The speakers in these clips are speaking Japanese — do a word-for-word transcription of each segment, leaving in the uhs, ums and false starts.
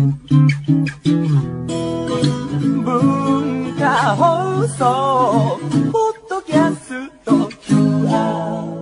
文化放送ポッドキャスト キューアール。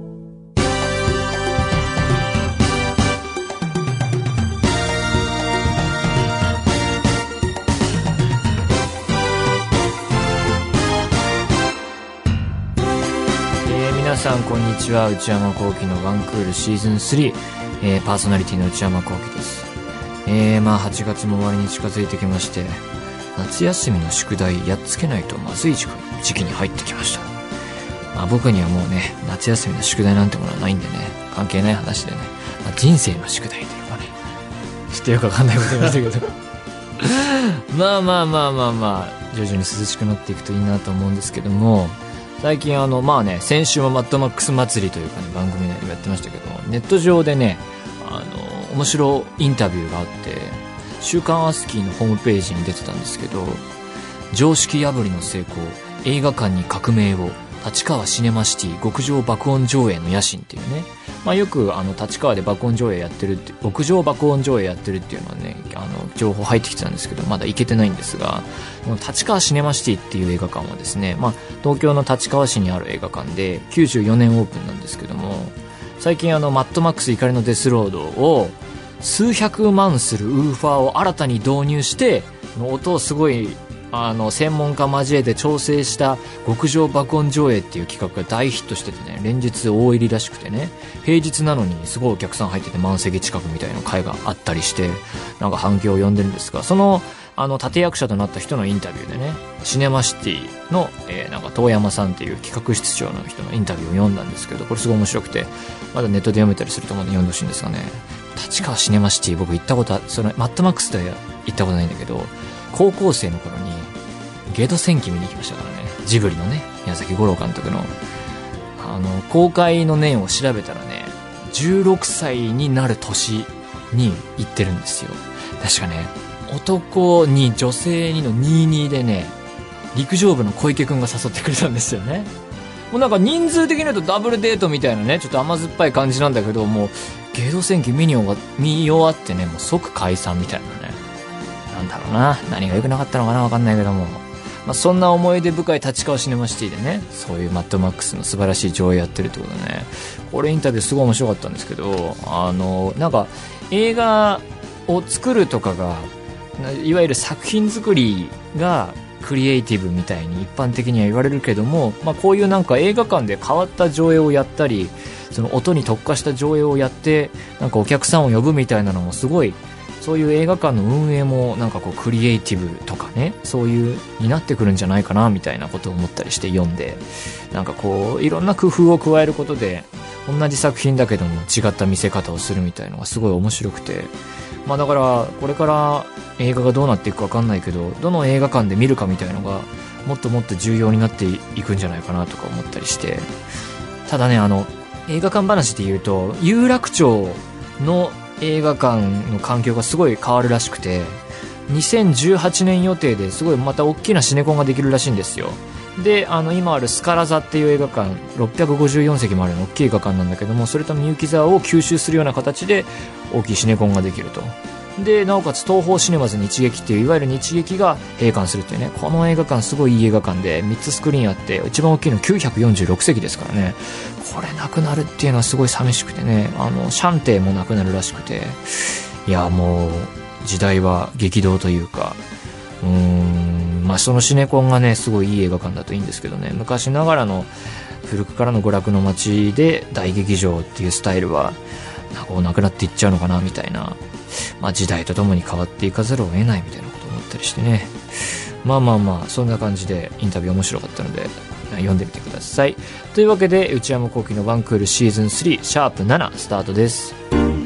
皆さんこんにちは。内山聖輝のワンクールシーズンスリー、えー、パーソナリティの内山聖輝です。えー、まあはちがつも終わりに近づいてきまして、夏休みの宿題やっつけないとまずい時期に入ってきました。まあ僕にはもうね、夏休みの宿題なんてものはないんでね、関係ない話でね、まあ、人生の宿題というかね、ちょっとよくわかんないこと言いましたけどまあまあまあまあまあ徐々に涼しくなっていくといいなと思うんですけども、最近あのまあね、先週もマッドマックス祭りというかね、番組内でやってましたけど、ネット上でね、あの面白インタビューがあって、週刊アスキーのホームページに出てたんですけど、常識破りの成功、映画館に革命を、立川シネマシティ極上爆音上映の野心っていうね、まあよくあの立川で爆音上映やってるって、極上爆音上映やってるっていうのはね、あの情報入ってきてたんですけど、まだ行けてないんですが、立川シネマシティっていう映画館はですね、まあ東京の立川市にある映画館できゅうじゅうよねんオープンなんですけども、最近あのマッドマックス怒りのデスロードを数百万するウーファーを新たに導入して、音をすごいあの専門家交えて調整した極上爆音上映っていう企画が大ヒットしててね、連日大入りらしくてね、平日なのにすごいお客さん入ってて満席近くみたいな会があったりして、なんか反響を呼んでるんですが、そのあの立役者となった人のインタビューでね、シネマシティの、えー、なんか遠山さんっていう企画室長の人のインタビューを読んだんですけど、これすごい面白くて、まだネットで読めたりすると思うんで読んでほしいんですがね、立川シネマシティ僕行ったことは、そのマッドマックスでは行ったことないんだけど、高校生の頃にゲド戦記見に行きましたからね、ジブリのね、宮崎吾朗監督のあの公開の年を調べたらね、じゅうろくさいになる年に行ってるんですよ。確かね、男に女性にのにじゅうにでね、陸上部の小池くんが誘ってくれたんですよね。もうなんか人数的に言うとダブルデートみたいなね、ちょっと甘酸っぱい感じなんだけど、もうゲド戦記見に終わ見終わってね、もう即解散みたいなね、なんだろうな、何が良くなかったのかな、わかんないけども、まあ、そんな思い出深い立川シネマシティでね、そういうマッドマックスの素晴らしい上映やってるってことでね、これインタビューすごい面白かったんですけど、あのなんか映画を作るとかが、いわゆる作品作りがクリエイティブみたいに一般的には言われるけども、まあ、こういうなんか映画館で変わった上映をやったり、その音に特化した上映をやってなんかお客さんを呼ぶみたいなのもすごい、そういう映画館の運営もなんかこうクリエイティブとかね、そういうになってくるんじゃないかなみたいなことを思ったりして読んで、なんかこういろんな工夫を加えることで同じ作品だけども違った見せ方をするみたいのがすごい面白くて、まあだからこれから映画がどうなっていくか分かんないけど、どの映画館で見るかみたいのがもっともっと重要になっていくんじゃないかなとか思ったりして、ただね、あの映画館話で言うと有楽町の映画館の環境がすごい変わるらしくて、にせんじゅうはちねん予定ですごいまた大きなシネコンができるらしいんですよ。で、あの今あるスカラ座っていう映画館、ろっぴゃくごじゅうよんせきもある大きい映画館なんだけども、それとみゆき座を吸収するような形で大きいシネコンができると。でなおかつ東宝シネマズ日劇っていういわゆる日劇が閉館するっていうね、この映画館すごいいい映画館でみっつスクリーンあって、一番大きいのきゅうひゃくよんじゅうろくせきですからね、これなくなるっていうのはすごい寂しくてね、あのシャンテーもなくなるらしくて、いやもう時代は激動というか、うーん、まあそのシネコンがねすごいいい映画館だといいんですけどね、昔ながらの古くからの娯楽の街で大劇場っていうスタイルはなんかなくなっていっちゃうのかなみたいな、まあ時代とともに変わっていかざるを得ないみたいなことを思ったりしてね、まあまあまあそんな感じでインタビュー面白かったので読んでみてください。というわけで内山聖輝のワンクールシーズンスリーシャープななスタートです。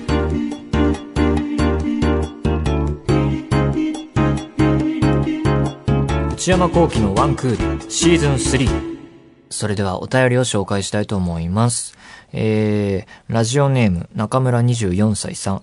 内山聖輝のワンクールシーズンスリー、それではお便りを紹介したいと思います。えー、ラジオネーム中村にじゅうよんさいさん、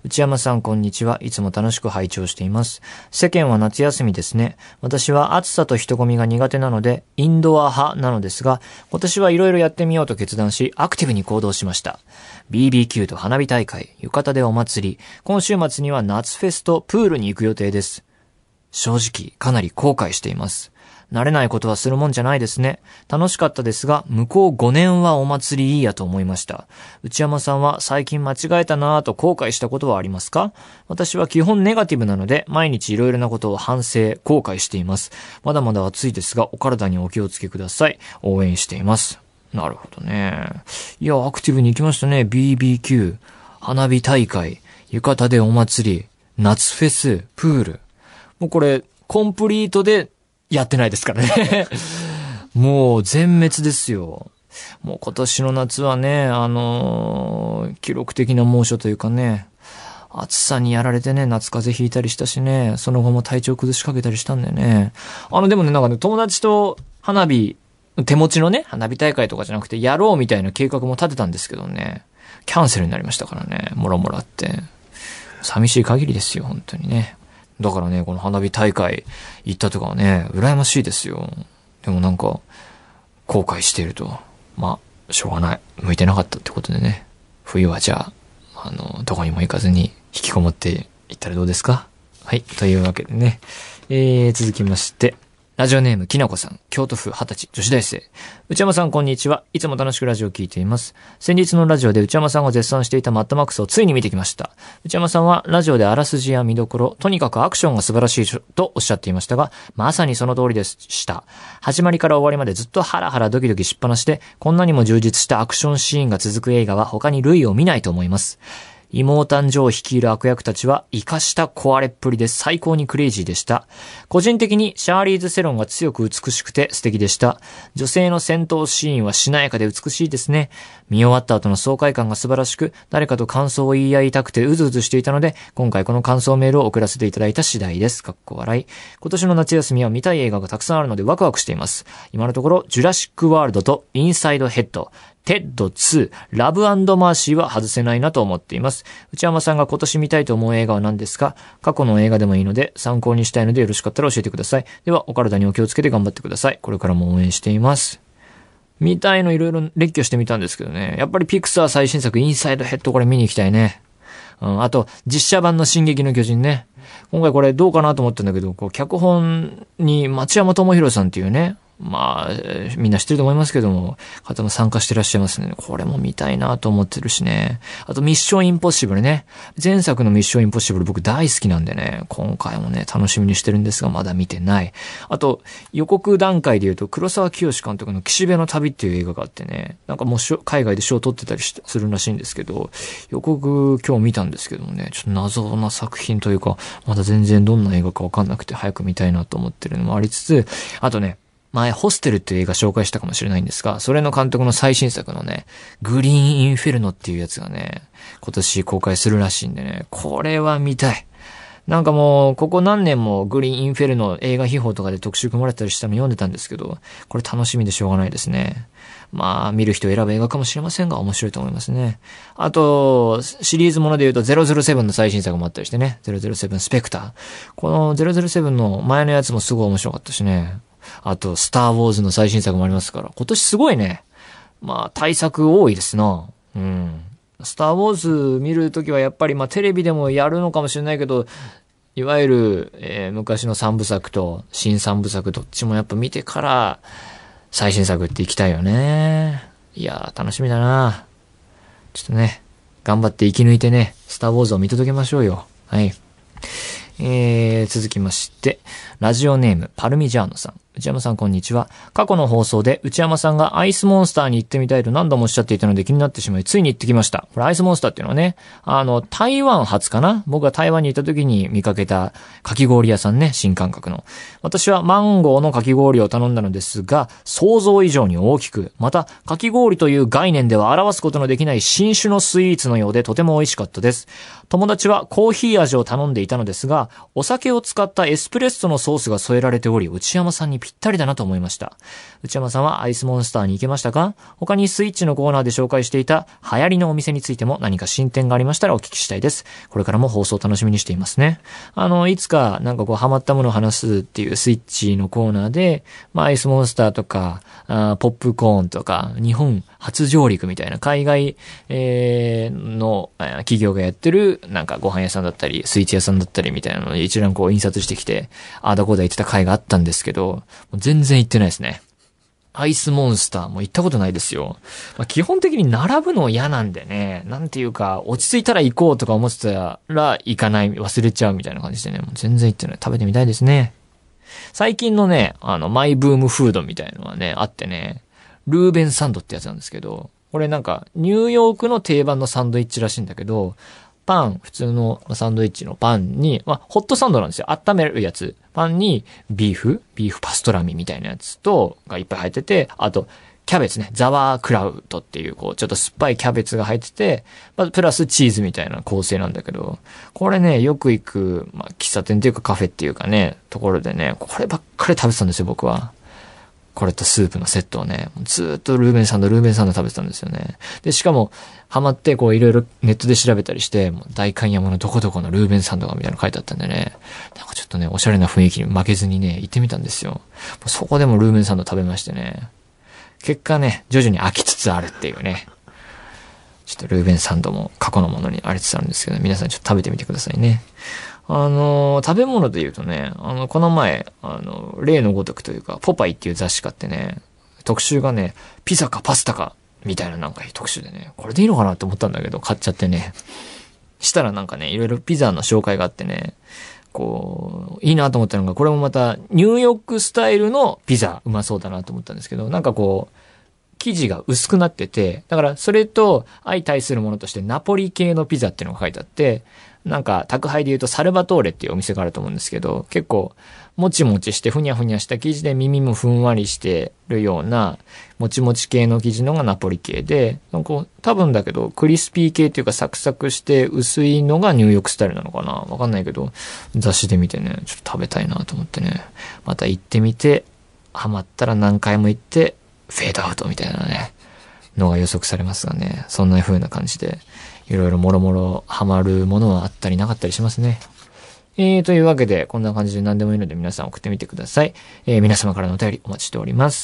内山さんこんにちは。いつも楽しく拝聴しています。世間は夏休みですね。私は暑さと人混みが苦手なのでインドア派なのですが、今年はいろいろやってみようと決断しアクティブに行動しました。 ビービーキュー と花火大会、浴衣でお祭り、今週末には夏フェスとプールに行く予定です。正直かなり後悔しています。慣れないことはするもんじゃないですね。楽しかったですが、向こうごねんはお祭りいいやと思いました。内山さんは最近間違えたなぁと後悔したことはありますか？私は基本ネガティブなので、毎日いろいろなことを反省、後悔しています。まだまだ暑いですが、お体にお気をつけください。応援しています。なるほどね。いや、アクティブに行きましたね。ビービーキュー、花火大会、浴衣でお祭り、夏フェス、プール。もうこれ、コンプリートで、やってないですからね。もう全滅ですよ。もう今年の夏はね、あのー、記録的な猛暑というかね、暑さにやられてね、夏風邪ひいたりしたしね、その後も体調崩しかけたりしたんだよね。あのでもね、なんかね、友達と花火、手持ちのね、花火大会とかじゃなくてやろうみたいな計画も立てたんですけどね、キャンセルになりましたからね、もろもろあって。寂しい限りですよ、本当にね。だからね、この花火大会行ったとかはね、羨ましいですよ。でもなんか、後悔していると。まあ、しょうがない。向いてなかったってことでね。冬はじゃあ、あの、どこにも行かずに引きこもっていったらどうですか？はい。というわけでね。えー、続きまして。ラジオネームきなこさん、京都府はたち女子大生。内山さんこんにちは。いつも楽しくラジオを聞いています。先日のラジオで内山さんが絶賛していたマッドマックスをついに見てきました。内山さんはラジオであらすじや見どころ、とにかくアクションが素晴らしいとおっしゃっていましたが、まさにその通りでした。始まりから終わりまでずっとハラハラドキドキしっぱなしで、こんなにも充実したアクションシーンが続く映画は他に類を見ないと思います。妹誕生を率いる悪役たちは生かした壊れっぷりで最高にクレイジーでした。個人的にシャーリーズ・セロンが強く美しくて素敵でした。女性の戦闘シーンはしなやかで美しいですね。見終わった後の爽快感が素晴らしく、誰かと感想を言い合いたくてうずうずしていたので、今回この感想メールを送らせていただいた次第です。かっこ笑い。今年の夏休みは見たい映画がたくさんあるのでワクワクしています。今のところ、ジュラシック・ワールドとインサイド・ヘッド、テッドツー、ラブ&マーシーは外せないなと思っています。内山さんが今年見たいと思う映画は何ですか？過去の映画でもいいので参考にしたいのでよろしかったら教えてください。ではお体にお気をつけて頑張ってください。これからも応援しています。見たいのいろいろ列挙してみたんですけどね。やっぱりピクサー最新作インサイドヘッドこれ見に行きたいね。うん、あと実写版の進撃の巨人ね。今回これどうかなと思ったんだけど、こう脚本に町山智博さんっていうね、まあ、みんな知ってると思いますけども、方も参加してらっしゃいますね。これも見たいなと思ってるしね。あと、ミッションインポッシブルね。前作のミッションインポッシブル僕大好きなんでね、今回もね、楽しみにしてるんですが、まだ見てない。あと、予告段階で言うと、黒沢清監督の岸辺の旅っていう映画があってね、なんかもう海外で賞を取ってたりするらしいんですけど、予告今日見たんですけどもね、ちょっと謎な作品というか、まだ全然どんな映画かわかんなくて早く見たいなと思ってるのもありつつ、あとね、前、ホステルっていう映画紹介したかもしれないんですが、それの監督の最新作のね、グリーンインフェルノっていうやつがね、今年公開するらしいんでね、これは見たい。なんかもう、ここ何年もグリーンインフェルノ映画秘宝とかで特集組まれたりしたの読んでたんですけど、これ楽しみでしょうがないですね。まあ、見る人を選ぶ映画かもしれませんが、面白いと思いますね。あと、シリーズもので言うとゼロゼロセブンの最新作もあったりしてね、ゼロゼロセブンスペクター。このゼロゼロセブンの前のやつもすごい面白かったしね。あと、スター・ウォーズの最新作もありますから、今年すごいね。まあ、大作多いですな。うん。スター・ウォーズ見るときはやっぱり、まあ、テレビでもやるのかもしれないけど、いわゆる、えー、昔の三部作と新三部作どっちもやっぱ見てから、最新作っていきたいよね。いやー、楽しみだな。ちょっとね、頑張って生き抜いてね、スター・ウォーズを見届けましょうよ。はい。えー、続きまして、ラジオネーム、パルミジャーノさん。内山さんこんにちは。過去の放送で内山さんがアイスモンスターに行ってみたいと何度もおっしゃっていたので気になってしまい、ついに行ってきました。これアイスモンスターっていうのはね、あの、台湾発かな？僕が台湾にいた時に見かけたかき氷屋さんね、新感覚の。私はマンゴーのかき氷を頼んだのですが、想像以上に大きく、また、かき氷という概念では表すことのできない新種のスイーツのようでとても美味しかったです。友達はコーヒー味を頼んでいたのですが、お酒を使ったエスプレッソのソースが添えられており、内山さんにぴぴったりだなと思いました。内山さんはアイスモンスターに行けましたか？他にスイッチのコーナーで紹介していた流行りのお店についても何か進展がありましたらお聞きしたいです。これからも放送楽しみにしていますね。あの、いつかなんかこうハマったものを話すっていうスイッチのコーナーで、まあアイスモンスターとか、あポップコーンとか、日本初上陸みたいな海外、えー、の企業がやってるなんかご飯屋さんだったり、スイーツ屋さんだったりみたいなのを一覧こう印刷してきて、あーだこーだ言ってた回があったんですけど、もう全然行ってないですね。アイスモンスターも行ったことないですよ。まあ、基本的に並ぶの嫌なんでね、なんていうか、落ち着いたら行こうとか思ってたら行かない、忘れちゃうみたいな感じでね、もう全然行ってない。食べてみたいですね。最近のね、あの、マイブームフードみたいのはね、あってね、ルーベンサンドってやつなんですけど、これなんか、ニューヨークの定番のサンドイッチらしいんだけど、パン、普通のサンドイッチのパンに、まあ、ホットサンドなんですよ。温めるやつ。パンに、ビーフビーフパストラミみたいなやつと、がいっぱい入ってて、あと、キャベツね。ザワークラウトっていう、こう、ちょっと酸っぱいキャベツが入ってて、まあ、プラスチーズみたいな構成なんだけど、これね、よく行く、まあ、喫茶店っていうかカフェっていうかね、ところでね、こればっかり食べてたんですよ、僕は。これとスープのセットをね、ずーっとルーベンサンド、ルーベンサンド食べてたんですよね。で、しかも、ハマって、こう、いろいろネットで調べたりして、もう代官山のどこどこのルーベンサンドがみたいなの書いてあったんでね、なんかちょっとね、おしゃれな雰囲気に負けずにね、行ってみたんですよ。そこでもルーベンサンド食べましてね、結果ね、徐々に飽きつつあるっていうね。ちょっとルーベンサンドも過去のものにありつつあるんですけど、皆さんちょっと食べてみてくださいね。あのー、食べ物で言うとね、あの、この前、あの、例のごとくというか、ポパイっていう雑誌買ってね、特集がね、ピザかパスタか、みたいななんか特集でね、これでいいのかなって思ったんだけど、買っちゃってね。したらなんかね、いろいろピザの紹介があってね、こう、いいなと思ったのが、これもまた、ニューヨークスタイルのピザ、うまそうだなと思ったんですけど、なんかこう、生地が薄くなってて、だからそれと相対するものとしてナポリ系のピザっていうのが書いてあって、なんか宅配で言うとサルバトーレっていうお店があると思うんですけど、結構もちもちしてふにゃふにゃした生地で耳もふんわりしてるようなもちもち系の生地のがナポリ系で、なんか多分だけどクリスピー系っていうかサクサクして薄いのがニューヨークスタイルなのかな、わかんないけど雑誌で見てね、ちょっと食べたいなと思ってね、また行ってみて、ハマったら何回も行ってフェードアウトみたいなね、のが予測されますがね、そんな風な感じで、いろいろもろもろハマるものはあったりなかったりしますね。えー、というわけで、こんな感じで何でもいいので皆さん送ってみてください。えー、皆様からのお便りお待ちしております。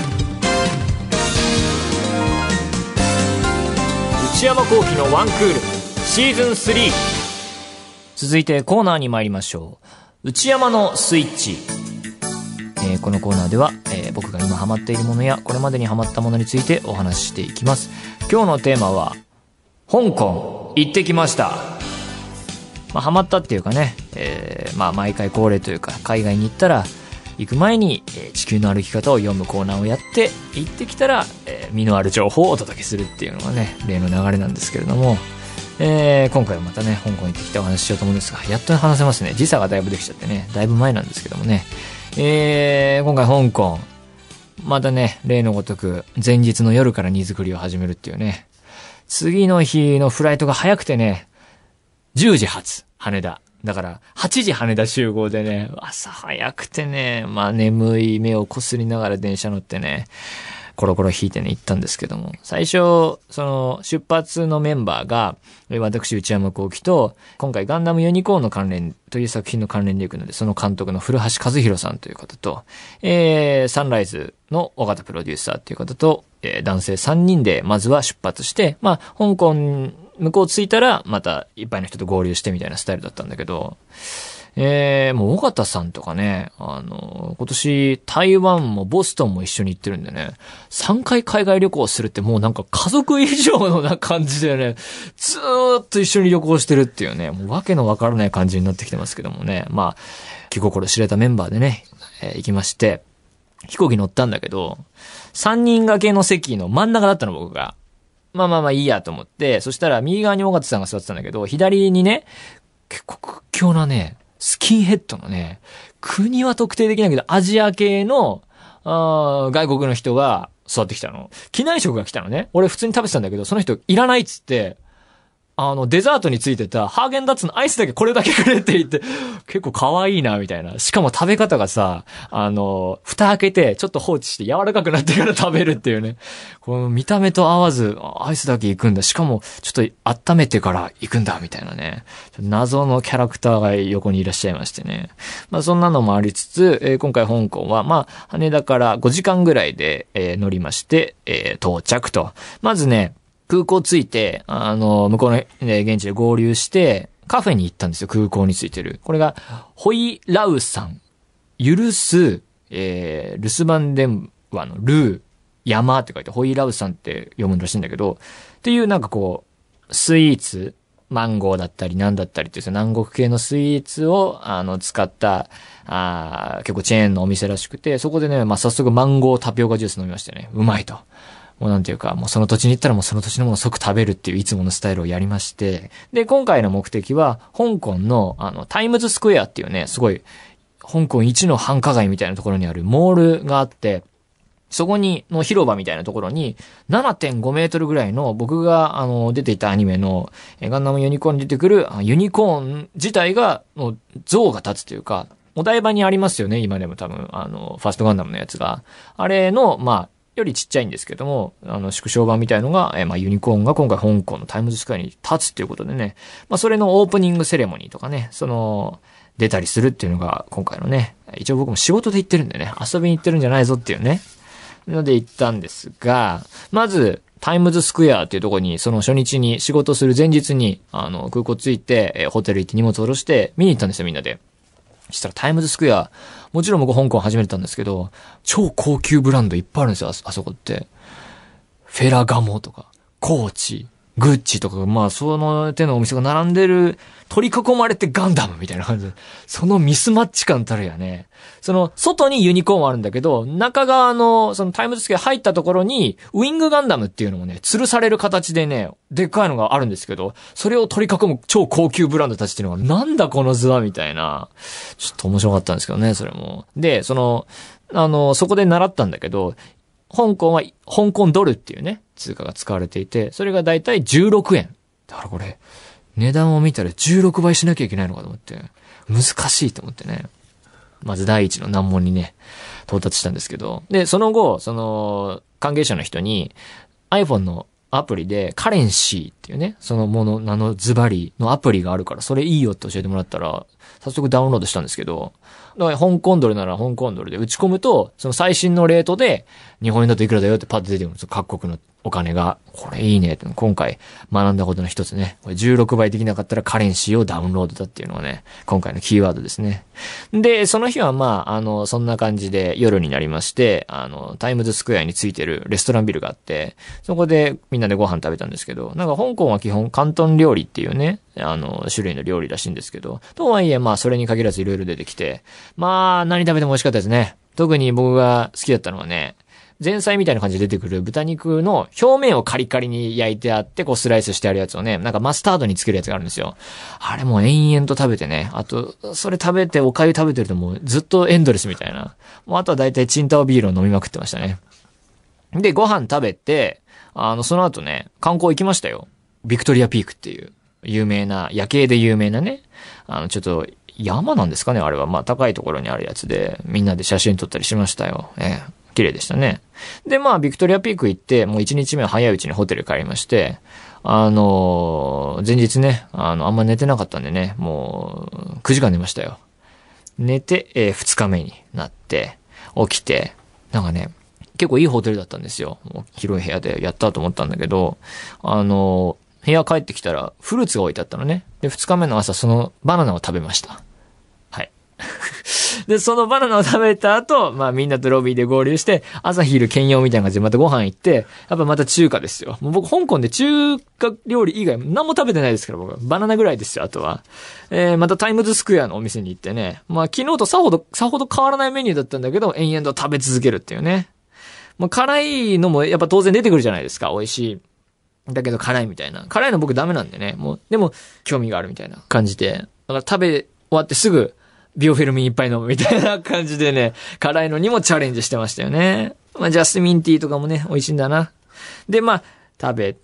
内山聖輝のワンクールシーズンスリー。続いてコーナーに参りましょう。内山のスイッチ。えー、このコーナーでは、えー、僕が今ハマっているものやこれまでにハマったものについてお話ししていきます。今日のテーマは香港行ってきました。まあ、ハマったっていうかね、えー、まあ毎回恒例というか、海外に行ったら行く前に、えー、地球の歩き方を読むコーナーをやって、行ってきたら、えー、身のある情報をお届けするっていうのがね、例の流れなんですけれども、えー、今回はまたね、香港行ってきてお話ししようと思うんですが、やっと話せますね。時差がだいぶできちゃってね、だいぶ前なんですけどもね、えー、今回香港、またね、例のごとく前日の夜から荷造りを始めるっていうね、次の日のフライトが早くてね、じゅうじ発、羽田。だから、はちじ羽田集合でね、朝早くてね、まあ眠い目をこすりながら電車乗ってね、コロコロ引いてね、行ったんですけども、最初、その、出発のメンバーが、私、内山聖輝と、今回ガンダムユニコーンの関連という作品の関連で行くので、その監督の古橋和弘さんという方と、えー、サンライズの尾形プロデューサーという方と、えー、男性さんにんで、まずは出発して、まあ、香港、向こう着いたら、また、いっぱいの人と合流してみたいなスタイルだったんだけど、えー、もう、尾形さんとかね、あの、今年、台湾もボストンも一緒に行ってるんでね、さんかい海外旅行するってもうなんか家族以上のな感じでね、ずーっと一緒に旅行してるっていうね、もうわけのわからない感じになってきてますけどもね、まあ、気心知れたメンバーでね、えー、行きまして、飛行機乗ったんだけど、さんにん掛けの席の真ん中だったの僕が。まあまあまあいいやと思って、そしたら右側に尾形さんが座ってたんだけど、左にね、結構屈強なね、スキンヘッドのね、国は特定できないけど、アジア系の、あ外国の人が座ってきたの。機内食が来たのね。俺普通に食べてたんだけど、その人いらないっつって、 あの、デザートについてたハーゲンダッツのアイスだけこれだけくれって言って、結構可愛いな、みたいな。しかも食べ方がさ、あの、蓋開けて、ちょっと放置して柔らかくなってから食べるっていうね。この見た目と合わず、アイスだけ行くんだ。しかも、ちょっと温めてから行くんだ、みたいなね。謎のキャラクターが横にいらっしゃいましてね。まあ、そんなのもありつつ、えー、今回香港は、まあ、羽田からごじかんぐらいで、えー、乗りまして、えー、到着と。まずね、空港着いて、あの、向こうの、ね、現地で合流して、カフェに行ったんですよ、空港に着いてる。これが、ホイラウさん。許す、えー、留守番電話のルー、山って書いて、ホイラウさんって読むらしいんだけど、っていうなんかこう、スイーツ、マンゴーだったりなんだったりっていう南国系のスイーツを、あの、使った、あ結構チェーンのお店らしくて、そこでね、まあ、早速マンゴータピオカジュース飲みましてね、うまいと。もうなんていうか、もうその土地に行ったらもうその土地のものを即食べるっていういつものスタイルをやりまして、で、今回の目的は、香港の、あの、タイムズスクエアっていうね、すごい、香港一の繁華街みたいなところにあるモールがあって、そこに、の広場みたいなところに、ななてんごメートルぐらいの、僕が、あの、出ていたアニメの、ガンダムユニコーンに出てくる、ユニコーン自体が、の像が立つというか、お台場にありますよね、今でも多分、あの、ファーストガンダムのやつが。あれの、まあ、よりちっちゃいんですけども、あの、縮小版みたいのが、えー、まあ、ユニコーンが今回香港のタイムズスクエアに立つっていうことでね、まあ、それのオープニングセレモニーとかね、その、出たりするっていうのが今回のね、一応僕も仕事で行ってるんでね、遊びに行ってるんじゃないぞっていうね、ので行ったんですが、まず、タイムズスクエアっていうところに、その初日に仕事する前日に、あの、空港着いて、えー、ホテル行って荷物下ろして、見に行ったんですよ、みんなで。そしたらタイムズスクエア、もちろん僕香港初めてたんですけど、超高級ブランドいっぱいあるんですよ、あ、あそこって。フェラガモとか、コーチ、グッチとか、まあその手のお店が並んでる、取り囲まれてガンダムみたいな感じで、そのミスマッチ感たるやね。その、外にユニコーンはあるんだけど、中側の、そのタイムズスクエア入ったところに、ウィングガンダムっていうのもね、吊るされる形でね、でっかいのがあるんですけど、それを取り囲む超高級ブランドたちっていうのが、なんだこの図はみたいな。ちょっと面白かったんですけどね、それも。で、その、あの、そこで習ったんだけど、香港は、香港ドルっていうね、通貨が使われていて、それがだいたいじゅうろくえん。だからこれ、値段を見たらじゅうろくばいしなきゃいけないのかと思って、難しいと思ってね。まず第一の難問にね、到達したんですけど。で、その後、その、関係者の人に、iPhone のアプリで、カレンシーっていうね、そのもの、名のズバリのアプリがあるから、それいいよって教えてもらったら、早速ダウンロードしたんですけど、だから香港ドルなら香港ドルで打ち込むと、その最新のレートで、日本円だといくらだよってパッと出てくるんですよ。各国のお金が。これいいねって。今回学んだことの一つね。これじゅうろくばいできなかったらカレンシーをダウンロードだっていうのがね、今回のキーワードですね。で、その日はまあ、あの、そんな感じで夜になりまして、あの、タイムズスクエアについてるレストランビルがあって、そこでみんなでご飯食べたんですけど、なんか香港は基本広東料理っていうね、あの、種類の料理らしいんですけど、とはいえまあ、それに限らずいろいろ出てきて、まあ、何食べても美味しかったですね。特に僕が好きだったのはね、前菜みたいな感じで出てくる豚肉の表面をカリカリに焼いてあって、こうスライスしてあるやつをね、なんかマスタードにつけるやつがあるんですよ。あれもう延々と食べてね。あと、それ食べてお粥食べてるともうずっとエンドレスみたいな。もうあとはだいたいチンタオビールを飲みまくってましたね。で、ご飯食べて、あの、その後ね、観光行きましたよ。ビクトリアピークっていう、有名な、夜景で有名なね、あの、ちょっと、山なんですかねあれは。まあ、高いところにあるやつで、みんなで写真撮ったりしましたよ。ええ。綺麗でしたね。で、まあ、ビクトリアピーク行って、もう一日目は早いうちにホテル帰りまして、あのー、前日ね、あの、あんま寝てなかったんでね、もう、くじかん寝ましたよ。寝て、えー、二日目になって、起きて、なんかね、結構いいホテルだったんですよ。もう広い部屋でやったと思ったんだけど、あのー、部屋帰ってきたら、フルーツが置いてあったのね。で、二日目の朝、そのバナナを食べました。はい。で、そのバナナを食べた後、まあみんなとロビーで合流して、朝昼兼用みたいな感じでまたご飯行って、やっぱまた中華ですよ。もう僕香港で中華料理以外何も食べてないですから、僕。バナナぐらいですよ、あとは。えー、またタイムズスクエアのお店に行ってね。まあ昨日とさほど、さほど変わらないメニューだったんだけど、延々と食べ続けるっていうね。まあ辛いのもやっぱ当然出てくるじゃないですか、美味しい。だけど辛いみたいな。辛いの僕ダメなんでね。もう、でも興味があるみたいな感じで。だから食べ終わってすぐ、ビオフェルミンいっぱい飲むみたいな感じでね、辛いのにもチャレンジしてましたよね。まあ、ジャスミンティーとかもね、美味しいんだな。で、まあ、食べて、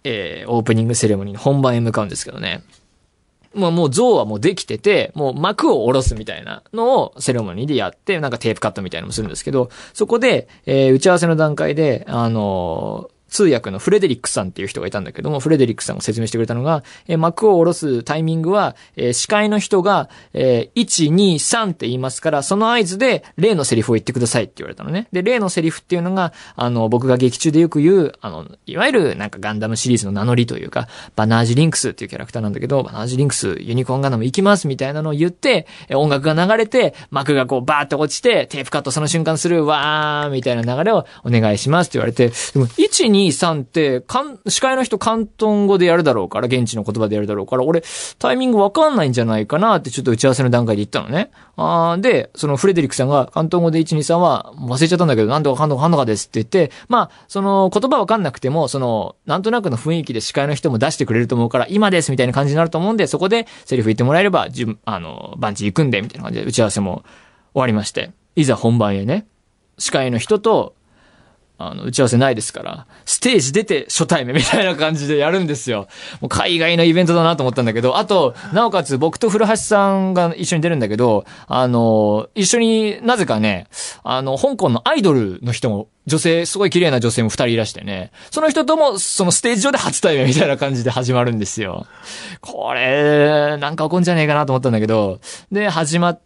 えー、オープニングセレモニーの本番へ向かうんですけどね。まあもう像はもうできてて、もう幕を下ろすみたいなのをセレモニーでやって、なんかテープカットみたいなのもするんですけど、そこで、えー、打ち合わせの段階で、あのー、通訳のフレデリックさんっていう人がいたんだけども、フレデリックさんが説明してくれたのが、えー、幕を下ろすタイミングは、えー、司会の人が、えー、いち、に、さんって言いますから、その合図で例のセリフを言ってくださいって言われたのね。で、例のセリフっていうのが、あの、僕が劇中でよく言う、あの、いわゆるなんかガンダムシリーズの名乗りというか、バナージリンクスっていうキャラクターなんだけど、バナージリンクス、ユニコーンガンダム行きますみたいなのを言って、えー、音楽が流れて、幕がこうバーって落ちて、テープカットその瞬間する、わーみたいな流れをお願いしますって言われて、でも、いち、に、さんって、かん、司会の人広東語でやるだろうから、現地の言葉でやるだろうから、俺、タイミングわかんないんじゃないかなってちょっと打ち合わせの段階で言ったのね。あーで、そのフレデリックさんが広東語でいち、に、さんは忘れちゃったんだけど、なんとかかんとかかんとかですって言って、まあ、その言葉わかんなくても、その、なんとなくの雰囲気で司会の人も出してくれると思うから、今ですみたいな感じになると思うんで、そこでセリフ言ってもらえれば、じゅあの、バンチ行くんで、みたいな感じで打ち合わせも終わりまして、いざ本番へね、司会の人と、あの、打ち合わせないですから、ステージ出て初対面みたいな感じでやるんですよ。もう海外のイベントだなと思ったんだけど、あと、なおかつ僕と古橋さんが一緒に出るんだけど、あの、一緒になぜかね、あの、香港のアイドルの人も、女性、すごい綺麗な女性も二人いらしてね、その人とも、そのステージ上で初対面みたいな感じで始まるんですよ。これ、なんか起こんじゃねえかなと思ったんだけど、で、始まって、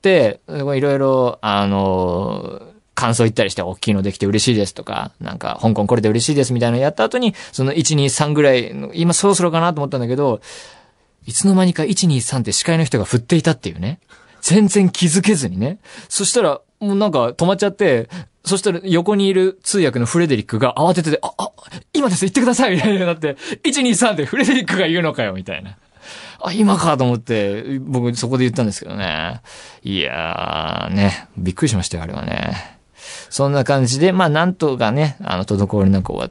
いろいろ、あの、感想言ったりして大きいのできて嬉しいですとか、なんか香港これで嬉しいですみたいなのやった後に、そのいち、に、さんぐらいの、今そろそろかなと思ったんだけど、いつの間にかいち、に、さんって司会の人が振っていたっていうね。全然気づけずにね。そしたら、もうなんか止まっちゃって、そしたら横にいる通訳のフレデリックが慌ててて、あ、あ、今です言ってくださいみたいになって、いち、に、さんってフレデリックが言うのかよみたいな。あ、今かと思って、僕そこで言ったんですけどね。いやーね、びっくりしましたよ、あれはね。そんな感じで、まあ、なんとかね、あの、滞りなく終わって、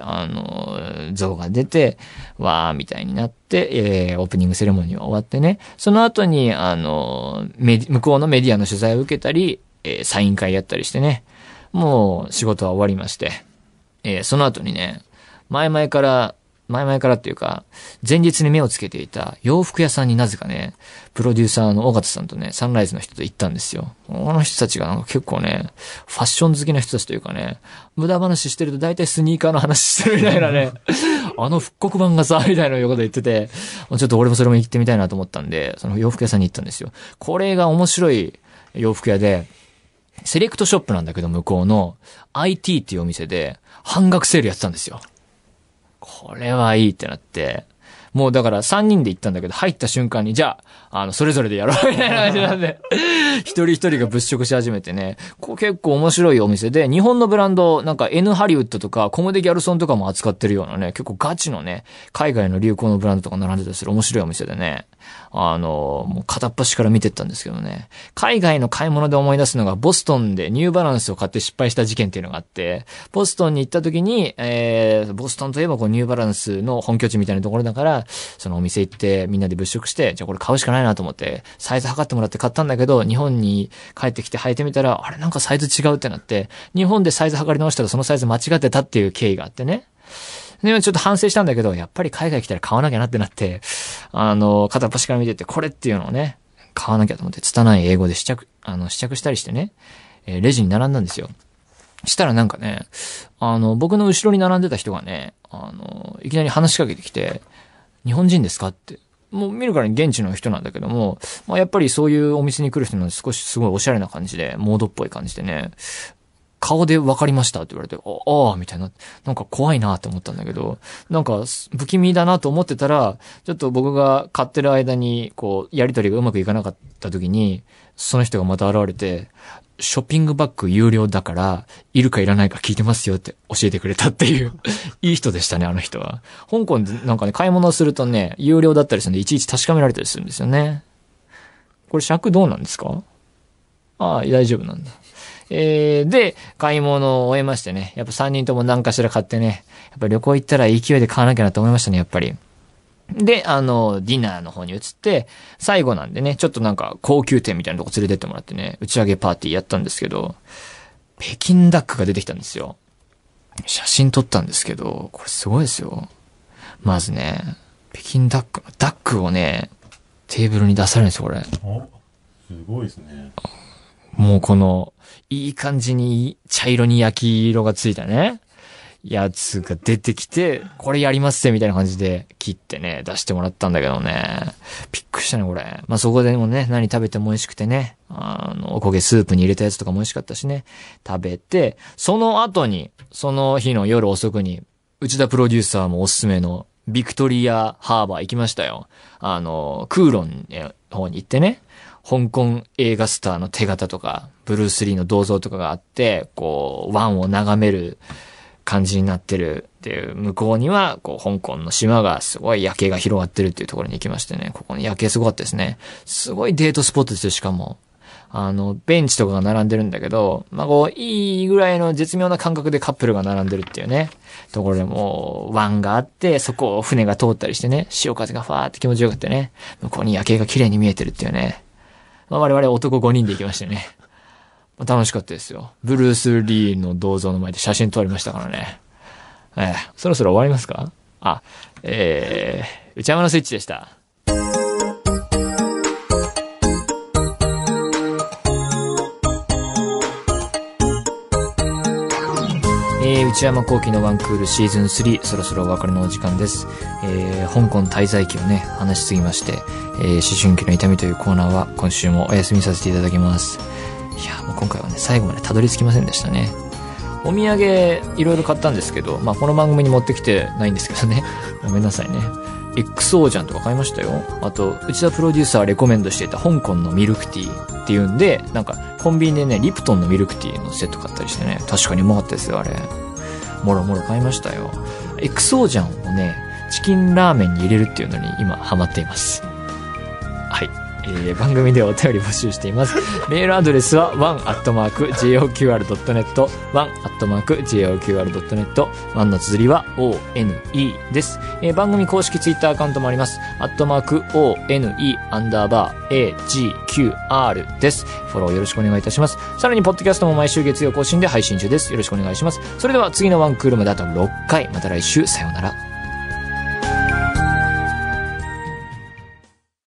あの、像が出て、わーみたいになって、えー、オープニングセレモニーは終わってね、その後に、あの、メディ、向こうのメディアの取材を受けたり、えー、サイン会やったりしてね、もう仕事は終わりまして、えー、その後にね、前々から、前々からっていうか、前日に目をつけていた洋服屋さんになぜかね、プロデューサーの尾形さんとね、サンライズの人と行ったんですよ。この人たちがなんか結構ね、ファッション好きな人たちというかね、無駄話してると大体スニーカーの話してるみたいなね、あの復刻版がさ、みたいなこと言ってて、ちょっと俺もそれも行ってみたいなと思ったんで、その洋服屋さんに行ったんですよ。これが面白い洋服屋で、セレクトショップなんだけど向こうの アイティー っていうお店で半額セールやってたんですよ。これはいいってなって、もうだからさんにんで行ったんだけど、入った瞬間に、じゃあ、あの、それぞれでやろうみたいな感じなんで、一人一人が物色し始めてね、こう結構面白いお店で、日本のブランド、なんか N ハリウッドとかコムデギャルソンとかも扱ってるようなね、結構ガチのね、海外の流行のブランドとか並んでたりする面白いお店でね、あの、もう片っ端から見てったんですけどね、海外の買い物で思い出すのが、ボストンでニューバランスを買って失敗した事件っていうのがあって、ボストンに行った時に、えー、ボストンといえばこうニューバランスの本拠地みたいなところだから、そのお店行ってみんなで物色して、じゃあこれ買うしかないなと思って、サイズ測ってもらって買ったんだけど、日本に帰ってきて履いてみたら、あれなんかサイズ違うってなって、日本でサイズ測り直したらそのサイズ間違ってたっていう経緯があってね。で、ちょっと反省したんだけど、やっぱり海外来たら買わなきゃなってなって、あの、片っ端から見てて、これっていうのをね、買わなきゃと思って、拙い英語で試着、あの、試着したりしてね、えー、レジに並んだんですよ。したらなんかね、あの、僕の後ろに並んでた人がね、あの、いきなり話しかけてきて、日本人ですかって。もう見るからに現地の人なんだけども、まあやっぱりそういうお店に来る人なんで少しすごいおしゃれな感じで、モードっぽい感じでね、顔で分かりましたって言われて、ああ、みたいな、なんか怖いなって思ったんだけど、なんか不気味だなと思ってたら、ちょっと僕が買ってる間に、こう、やりとりがうまくいかなかった時に、その人がまた現れて、ショッピングバッグ有料だから、いるかいらないか聞いてますよって教えてくれたっていう、いい人でしたね、あの人は。香港でなんかね、買い物をするとね、有料だったりするんで、いちいち確かめられたりするんですよね。これ尺どうなんですか？ああ、大丈夫なんだ。えー、で、買い物を終えましてね。やっぱさんにんとも何かしら買ってね。やっぱ旅行行ったら勢いで買わなきゃなと思いましたね、やっぱり。で、あの、ディナーの方に移って、最後なんでね、ちょっとなんか高級店みたいなとこ連れてってもらってね、打ち上げパーティーやったんですけど、北京ダックが出てきたんですよ。写真撮ったんですけど、これすごいですよ。 まずね、北京ダックのダックをね、テーブルに出されるんですよ、これ。 お、すごいですね。 もうこの、いい感じに茶色に焼き色がついたね、やつが出てきて、これやりますってみたいな感じで切ってね、出してもらったんだけどね。びっくりしたね、これ。まあ、そこでもね、何食べても美味しくてね、あの、おこげスープに入れたやつとかも美味しかったしね、食べて、その後に、その日の夜遅くに、内田プロデューサーもおすすめの、ビクトリアハーバー行きましたよ。あの、クーロンの方に行ってね、香港映画スターの手形とか、ブルース・リーの銅像とかがあって、こう、湾を眺める感じになってるっていう、向こうには、こう、香港の島がすごい夜景が広がってるっていうところに行きましてね、ここに夜景すごかったですね。すごいデートスポットですよ、しかも。あの、ベンチとかが並んでるんだけど、まあ、こう、いいぐらいの絶妙な感覚でカップルが並んでるっていうね、ところでもう、湾があって、そこを船が通ったりしてね、潮風がファーって気持ちよくてね、向こうに夜景が綺麗に見えてるっていうね。まあ、我々男ごにんで行きましてね。楽しかったですよ。ブルース・リーの銅像の前で写真撮りましたからね。ええ、そろそろ終わりますか？あ、えー、内山のスイッチでした。えー、内山聖輝のワンクールシーズンスリー、そろそろお別れのお時間です。えー、香港滞在期をね、話しすぎまして、えー、思春期の痛みというコーナーは今週もお休みさせていただきます。いや、もう今回はね、最後までたどり着きませんでしたね。お土産、いろいろ買ったんですけど、まあ、この番組に持ってきてないんですけどね。ごめんなさいね。エックスオー ジャンとか買いましたよ。あと、内田プロデューサーレコメンドしていた香港のミルクティーっていうんで、なんか、コンビニでね、リプトンのミルクティーのセット買ったりしてね、確かにうまかったですよ、あれ。もろもろ買いましたよ。エックスオー ジャンをね、チキンラーメンに入れるっていうのに今ハマっています。はい。えー、番組ではお便り募集しています。メールアドレスは ワン アットマーク ジェイオーキューアール ドットネット ワン アットマーク ジェイオーキューアール ドットネット ワンの綴りは オーエヌイー です。えー、番組公式ツイッターアカウントもあります。アットマーク オーエヌイー アンダーバー エージーキューアール です。フォローよろしくお願いいたします。さらにポッドキャストも毎週月曜更新で配信中です。よろしくお願いします。それでは次のワンクールまであとろっかい。また来週さようなら。